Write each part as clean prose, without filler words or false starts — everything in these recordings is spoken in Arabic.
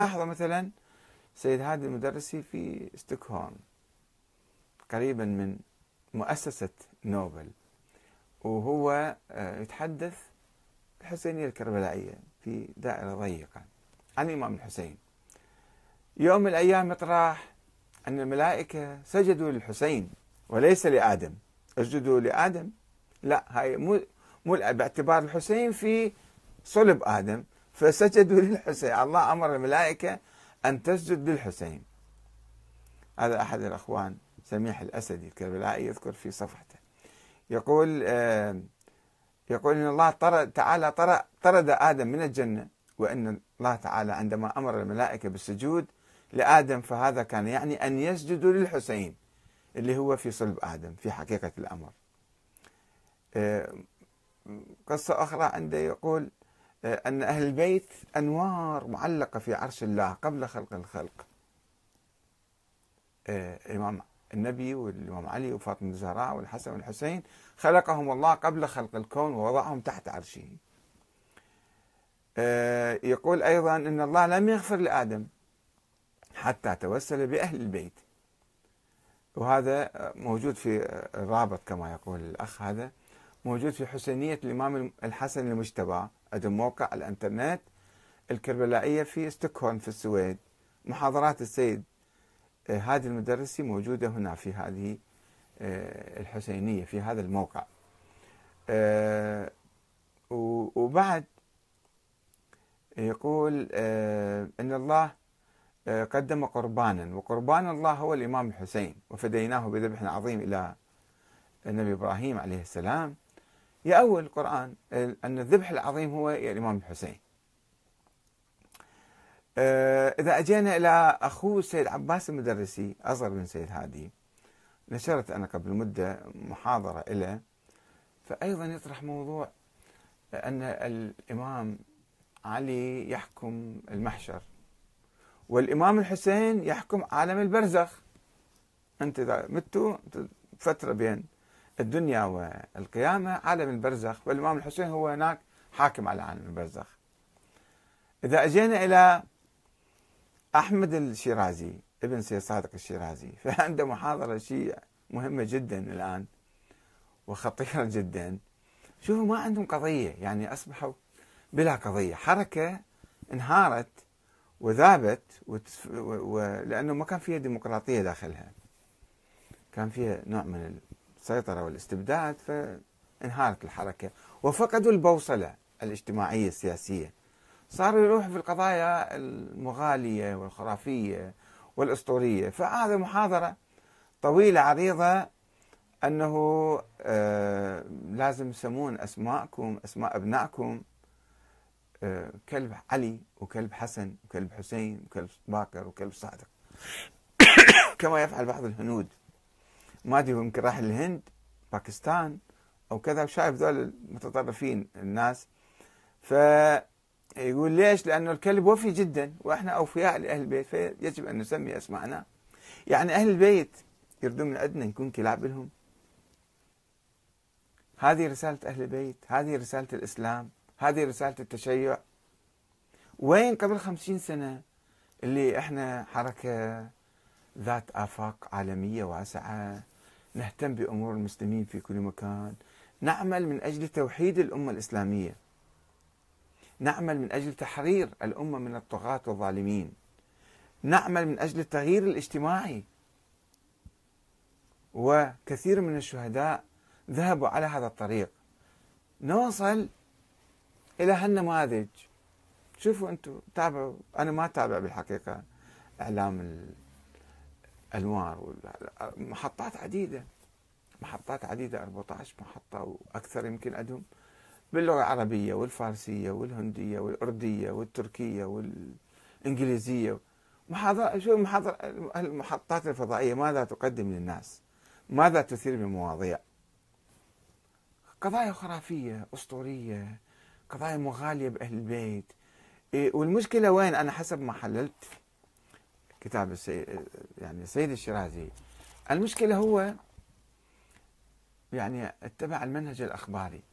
لاحظوا مثلا سيد هادي المدرسي في ستوكهولم قريبا من مؤسسة نوبل، وهو يتحدث الحسينية الكربلائية في دائرة ضيقة عن الإمام الحسين. يوم من الأيام يطرح أن الملائكة سجدوا للحسين وليس لآدم. اسجدوا لآدم؟ لا، هاي مو باعتبار الحسين في صلب آدم، فسجدوا للحسين. الله أمر الملائكة أن تسجد للحسين. هذا أحد الأخوان سميح الأسدي الكربلائي يذكر في صفحته، يقول أن الله تعالى طرد آدم من الجنة، وأن الله تعالى عندما أمر الملائكة بالسجود لآدم فهذا كان يعني أن يسجدوا للحسين اللي هو في صلب آدم في حقيقة الأمر. قصة أخرى عنده يقول أن أهل البيت أنوار معلقة في عرش الله قبل خلق الخلق. الإمام النبي والإمام علي وفاطمة الزهراء والحسن والحسين خلقهم الله قبل خلق الكون ووضعهم تحت عرشه. يقول أيضا أن الله لم يغفر لآدم حتى توسل بأهل البيت، وهذا موجود في الرابط كما يقول الأخ، هذا موجود في حسينية الإمام الحسن المجتبى، عندهم موقع على الإنترنت الكربلائية في ستوكهولم في السويد. محاضرات السيد هادي المدرسي موجودة هنا في هذه الحسينية في هذا الموقع. وبعد يقول أن الله قدم قربانا، وقربان الله هو الإمام الحسين، وفديناه بذبح عظيم إلى النبي إبراهيم عليه السلام. يأول القرآن أن الذبح العظيم هو الإمام الحسين. إذا أجينا إلى أخوه السيد عباس المدرسي أصغر من سيد هادي، نشرت أنا قبل مدة محاضرة له، فأيضا يطرح موضوع أن الإمام علي يحكم المحشر والإمام الحسين يحكم عالم البرزخ. أنت إذا متوا فترة بين الدنيا والقيامة عالم البرزخ، والإمام الحسين هو هناك حاكم على عالم البرزخ. إذا أجينا إلى أحمد الشيرازي ابن سيد صادق الشيرازي، فعنده محاضرة شيء مهمة جدا الآن وخطيرة جدا. شوفوا ما عندهم قضية، يعني أصبحوا بلا قضية، حركة انهارت وذابت لأنه ما كان فيها ديمقراطية داخلها، كان فيها نوع من السيطرة والاستبداد، فانهارت الحركة وفقدوا البوصلة الاجتماعية السياسية، صاروا يروحوا في القضايا المغالية والخرافية والأسطورية. فهذا محاضرة طويلة عريضة أنه لازم يسمون أسماءكم أسماء أبنائكم كلب علي وكلب حسن وكلب حسين وكلب باكر وكلب صادق كما يفعل بعض الهنود. ما أدري يمكن راح الهند باكستان أو كذا وشايف ذول المتطرفين الناس. فيقول ليش؟ لأنه الكلب وفي جدا وإحنا أوفياء لأهل البيت، فيجب أن نسمي أسماءنا. يعني أهل البيت يردون من عندنا نكون كلاب لهم؟ هذه رسالة أهل البيت، هذه رسالة الإسلام، هذه رسالة التشيع. وين قبل 50 سنة اللي احنا حركة ذات آفاق عالمية واسعة، نهتم بأمور المسلمين في كل مكان، نعمل من أجل توحيد الأمة الإسلامية، نعمل من أجل تحرير الأمة من الطغاة والظالمين، نعمل من أجل التغيير الاجتماعي. وكثير من الشهداء ذهبوا على هذا الطريق. نوصل إلى هالنماذج. شوفوا أنتم، تابعوا. أنا ما أتابع بالحقيقة إعلام الأنوار، محطات عديدة 14 محطة وأكثر يمكن عندهم باللغة العربية والفارسية والهندية والأردية والتركية والإنجليزية. شو المحطات الفضائية ماذا تقدم للناس؟ ماذا تثير من مواضيع؟ قضايا خرافية أسطورية، قضايا مغالية بأهل البيت. والمشكلة وين؟ أنا حسب ما حللت كتاب السيد الشيرازي، المشكلة هو يعني اتبع المنهج الأخباري.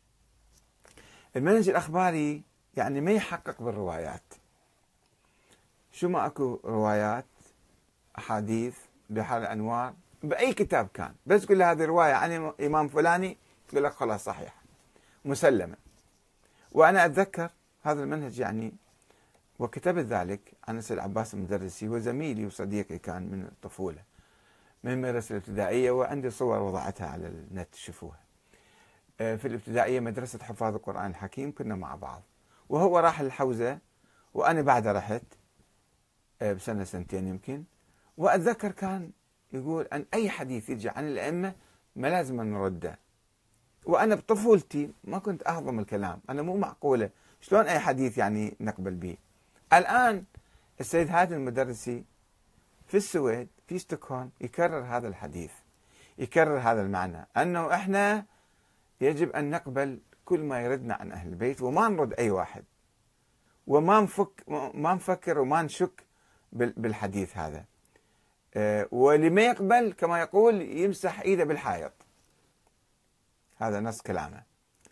المنهج الأخباري يعني ما يحقق بالروايات، شو ما أكو روايات أحاديث بحر الأنوار بأي كتاب كان، بس تقول له هذه رواية عن إمام فلاني تقول لك خلاص صحيح مسلمة. وأنا أتذكر هذا المنهج يعني، وكتبت ذلك عن السيد عباس المدرسي، هو زميلي وصديقي كان من الطفولة، من المدرسة الابتدائية، وعندي صور وضعتها على النت تشوفوها. في الابتدائية مدرسة حفاظ القرآن الحكيم كنا مع بعض، وهو راح الحوزة وأنا بعد رحت بسنة سنتين يمكن. وأتذكر كان يقول أن أي حديث يجي عن الأئمة ما لازم نرده، وأنا بطفولتي ما كنت أهضم الكلام، أنا مو معقولة شلون أي حديث يعني نقبل به. الآن السيد هادي المدرسي في السويد في ستوكهولم يكرر هذا الحديث، يكرر هذا المعنى، أنه إحنا يجب أن نقبل كل ما يردنا عن أهل البيت وما نرد أي واحد، وما ما نفكر وما نشك بالحديث هذا. واللي ما يقبل كما يقول يمسح ايده بالحائط. هذا نص كلامه.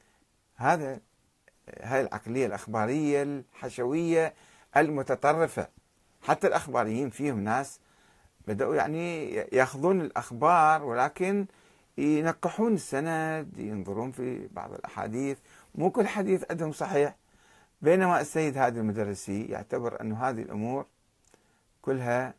هاي العقلية الأخبارية الحشوية المتطرفة. حتى الأخباريين فيهم ناس بدأوا يعني يأخذون الأخبار ولكن ينقحون السند، ينظرون في بعض الأحاديث، مو كل حديث عندهم صحيح. بينما السيد هادي المدرسي يعتبر أن هذه الأمور كلها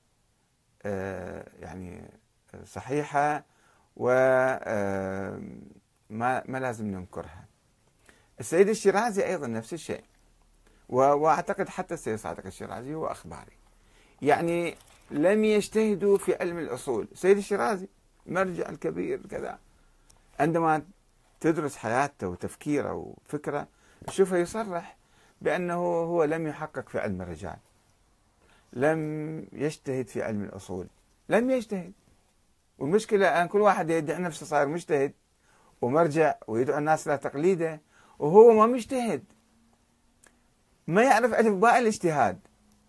يعني صحيحة وما ما لازم ننكرها. السيد الشيرازي أيضا نفس الشيء، وأعتقد حتى السيد صادق الشيرازي هو أخباري، يعني لم يجتهدوا في علم الأصول. السيد الشيرازي مرجع الكبير كذا، عندما تدرس حياته وتفكيره وفكره تشوفه يصرح بأنه هو لم يحقق في علم الرجال، لم يجتهد في علم الأصول، لم يجتهد. والمشكلة أن كل واحد يدعي نفسه صاير مجتهد ومرجع ويدعو الناس إلى تقليده، وهو ما مجتهد، ما يعرف ألف باء الاجتهاد.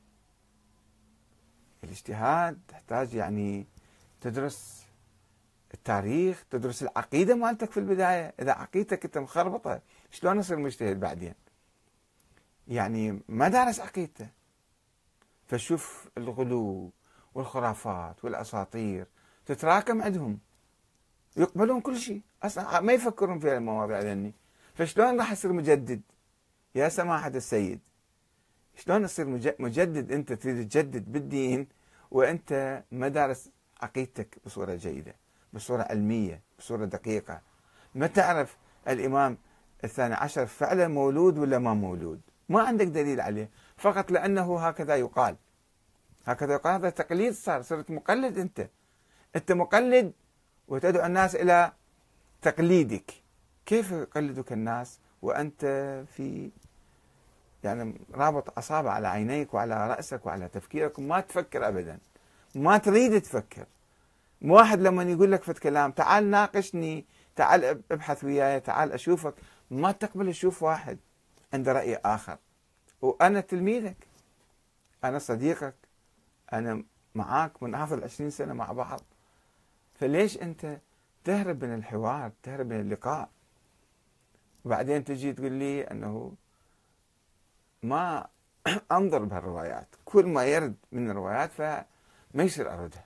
الاجتهاد تحتاج يعني تدرس التاريخ، تدرس العقيدة مالتك في البداية. إذا عقيدتك أنت مخربطة شلون يصير مجتهد بعدين؟ يعني ما دارس عقيدته. فشوف الغلو والخرافات والأساطير تتراكم عندهم، يقبلون كل شيء، أصلا ما يفكرون في المواضيع ذني. فشلون راح يصير مجدد يا سماحة السيد؟ شلون تصير مجدد؟ أنت تريد تجدد بالدين وأنت ما دارس عقيدتك بصورة جيدة، بصورة علمية، بصورة دقيقة. ما تعرف الإمام الثاني عشر فعلا مولود ولا ما مولود، ما عندك دليل عليه، فقط لأنه هكذا يقال. هكذا يقال، هذا تقليد صرت مقلد. أنت مقلد وتدعو الناس إلى تقليدك. كيف يقلدك الناس وأنت في يعني رابط أصابع على عينيك وعلى رأسك وعلى تفكيرك وما تفكر أبدا، ما تريد تفكر. واحد لما يقول لك فت كلام، تعال ناقشني، تعال ابحث وياي، تعال أشوفك، ما تقبل تشوف واحد عنده رأي آخر. وأنا تلميذك، أنا صديقك، أنا معاك من أفضل 20 سنة مع بعض. فليش أنت تهرب من الحوار، تهرب من اللقاء، وبعدين تجي تقول لي أنه ما أنظر بهالروايات، كل ما يرد من الروايات فما يصير أردها.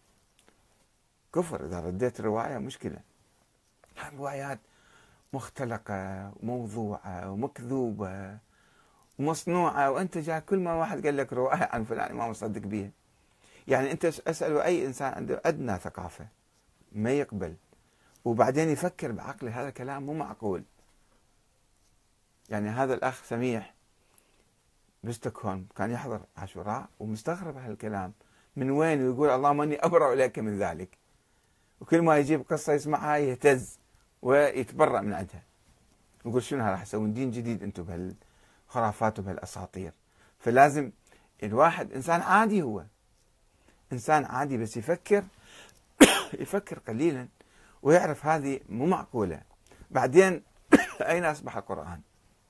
كفر إذا رديت رواية، مشكلة. الروايات مختلقة وموضوعة ومكذوبة ومصنوعة، وأنت جاي كل ما واحد قال لك رواية عن فلان ما مصدق بيها. يعني أنت أسأل أي إنسان عنده أدنى ثقافة ما يقبل، وبعدين يفكر بعقله هذا كلام مو معقول. يعني هذا الأخ سميح بستوكهولم كان يحضر عاشوراء ومستغرب هالكلام من وين، ويقول اللهم اني ابرأ اليك من ذلك. وكل ما يجيب قصه يسمعها يهتز ويتبرأ من عندها، يقول شنو راح تسوون دين جديد انتم بهالخرافات وبهالاساطير. فلازم الواحد انسان عادي، هو انسان عادي بس يفكر يفكر قليلا ويعرف هذه مو معقوله. بعدين اين اصبح القرآن؟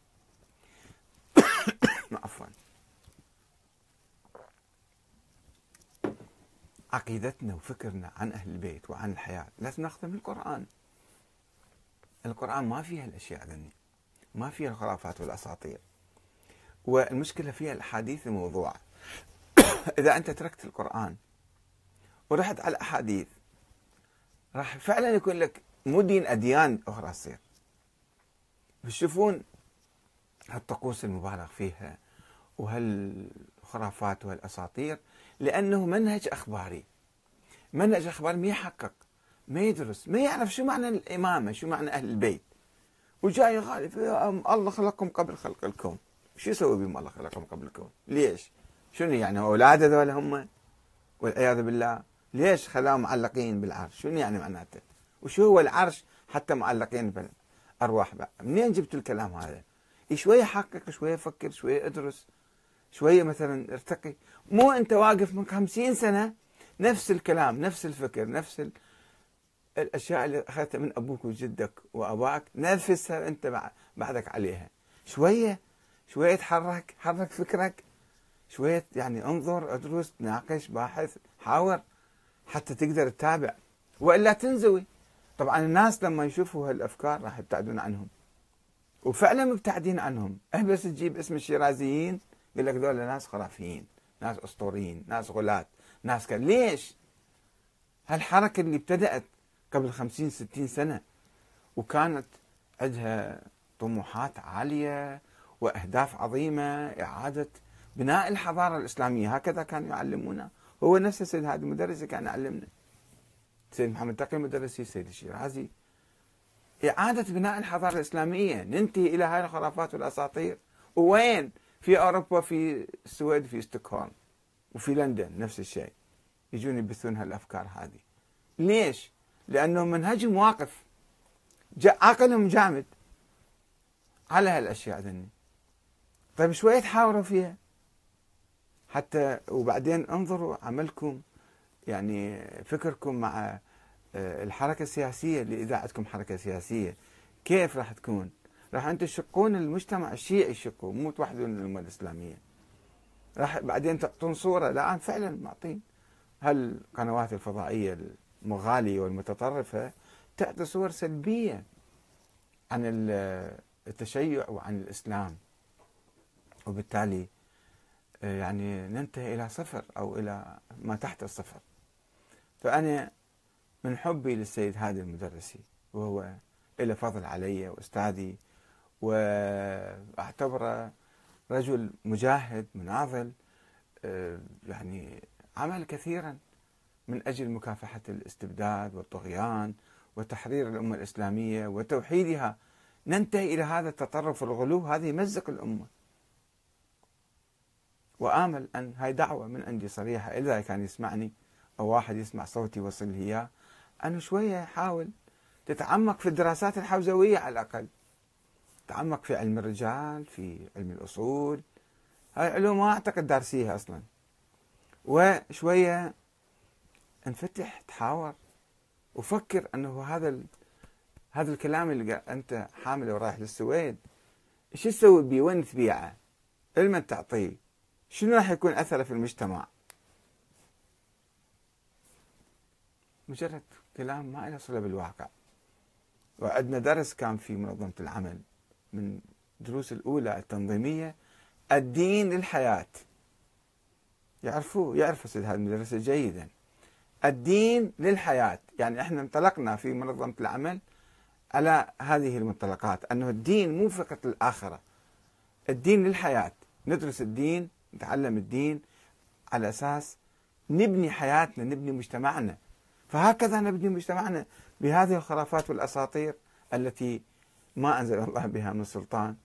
عفوا. عقيدتنا وفكرنا عن أهل البيت وعن الحياة لازم ناخذها من القرآن. القرآن ما فيها الأشياء ذني، ما فيها الخرافات والأساطير، والمشكلة فيها الأحاديث الموضوعة. إذا أنت تركت القرآن ورحت على الأحاديث راح فعلا يكون لك مو دين، أديان أخرى تصير. بتشوفون هالطقوس المبالغ فيها وهالخرافات وهالأساطير، لأنه منهج أخباري، منهج أخباري ما يحقق، ما يدرس، ما يعرف شو معنى الإمامة، شو معنى أهل البيت، وجاي يغالي الله خلقكم قبل خلق الكون. شو يسوي بهم الله خلقكم قبل الكون؟ ليش؟ شنو يعني أولاد هذول هم والعياذ بالله؟ ليش خلاهم معلقين بالعرش؟ شنو يعني معناته؟ وشو هو العرش حتى معلقين بالأرواح بقى؟ منين جبتوا الكلام هذا؟ شوية حقق، شوية فكر، شوية ادرس، شوية مثلا ارتقي. مو أنت واقف من 50 سنة نفس الكلام، نفس الفكر، نفس الأشياء اللي أخذتها من أبوك وجدك وأباك نفسها أنت بعدك عليها. شوية تحرك، حرك فكرك شوية، يعني انظر، ادرس، ناقش، باحث، حاور حتى تقدر تتابع، وإلا تنزوي. طبعا الناس لما يشوفوا هالأفكار راح يبتعدون عنهم، وفعلا مبتعدين عنهم. بس تجيب اسم الشيرازيين يقول لك ذولا ناس خرافيين، ناس أسطوريين، ناس غلاة، ناس ليش؟ هالحركة اللي ابتدأت قبل 50-60 سنة وكانت عندها طموحات عالية وأهداف عظيمة، إعادة بناء الحضارة الإسلامية، هكذا كانوا يعلمونا. هو نفس السيد هادي المدرسي كان يعلمنا، السيد محمد تقي المدرسي، السيد الشيرازي، إعادة بناء الحضارة الإسلامية، ننتهي إلى هاي الخرافات والأساطير. ووين؟ في أوروبا، في السويد، في ستوكهولم، وفي لندن نفس الشيء، يجون يبثون هالأفكار هذه. ليش؟ لأنه منهجهم واقف، عقلهم جامد على هالأشياء ذني. طيب شوية تحاوروا فيها حتى، وبعدين انظروا عملكم، يعني فكركم مع الحركة السياسية، اللي إذا عندكم حركة سياسية كيف راح تكون؟ راح أنتم تشقون المجتمع الشيعي، تشقوا، مو توحدون الأمة الإسلامية. راح بعدين تعطون صورة، الآن فعلا معطين هالقنوات الفضائية المغالية والمتطرفة تعطي صور سلبية عن التشيع وعن الإسلام، وبالتالي يعني ننتهي إلى صفر أو إلى ما تحت الصفر. فأنا من حبي للسيد هادي المدرسي، وهو له فضل علي وأستاذي، وأعتبره رجل مجاهد مناضل، يعني عمل كثيرا من أجل مكافحة الاستبداد والطغيان وتحرير الأمة الإسلامية وتوحيدها. ننتهي إلى هذا التطرف والغلو، هذا يمزق الأمة. وآمل أن هاي دعوة من عندي صريحة، إذا كان يسمعني أو واحد يسمع صوتي وصل إياه، أنه شوية حاول تتعمق في الدراسات الحوزوية على الأقل، تعمق في علم الرجال، في علم الأصول، هاي علوم ما أعتقد دارسيها أصلا، وشوية انفتح، تحاور، وفكر أنه هذا الكلام اللي أنت حامله ورايح للسويد، إيش تسوي بيه؟ وين تبيعه؟ لمن تعطيه؟ شنو راح يكون أثره في المجتمع؟ مجرد كلام ما له صلة بالواقع. وعندنا درس كان في منظمة العمل من دروس الأولى التنظيمية، الدين للحياة. يعرفوا سيد هذا المدرس جيدا. الدين للحياة، يعني احنا انطلقنا في منظمة العمل على هذه المنطلقات، أنه الدين مو فقط للآخرة، الدين للحياة. ندرس الدين، نتعلم الدين على أساس نبني حياتنا، نبني مجتمعنا. فهكذا نبني مجتمعنا بهذه الخرافات والأساطير التي ما أنزل الله بها من سلطان،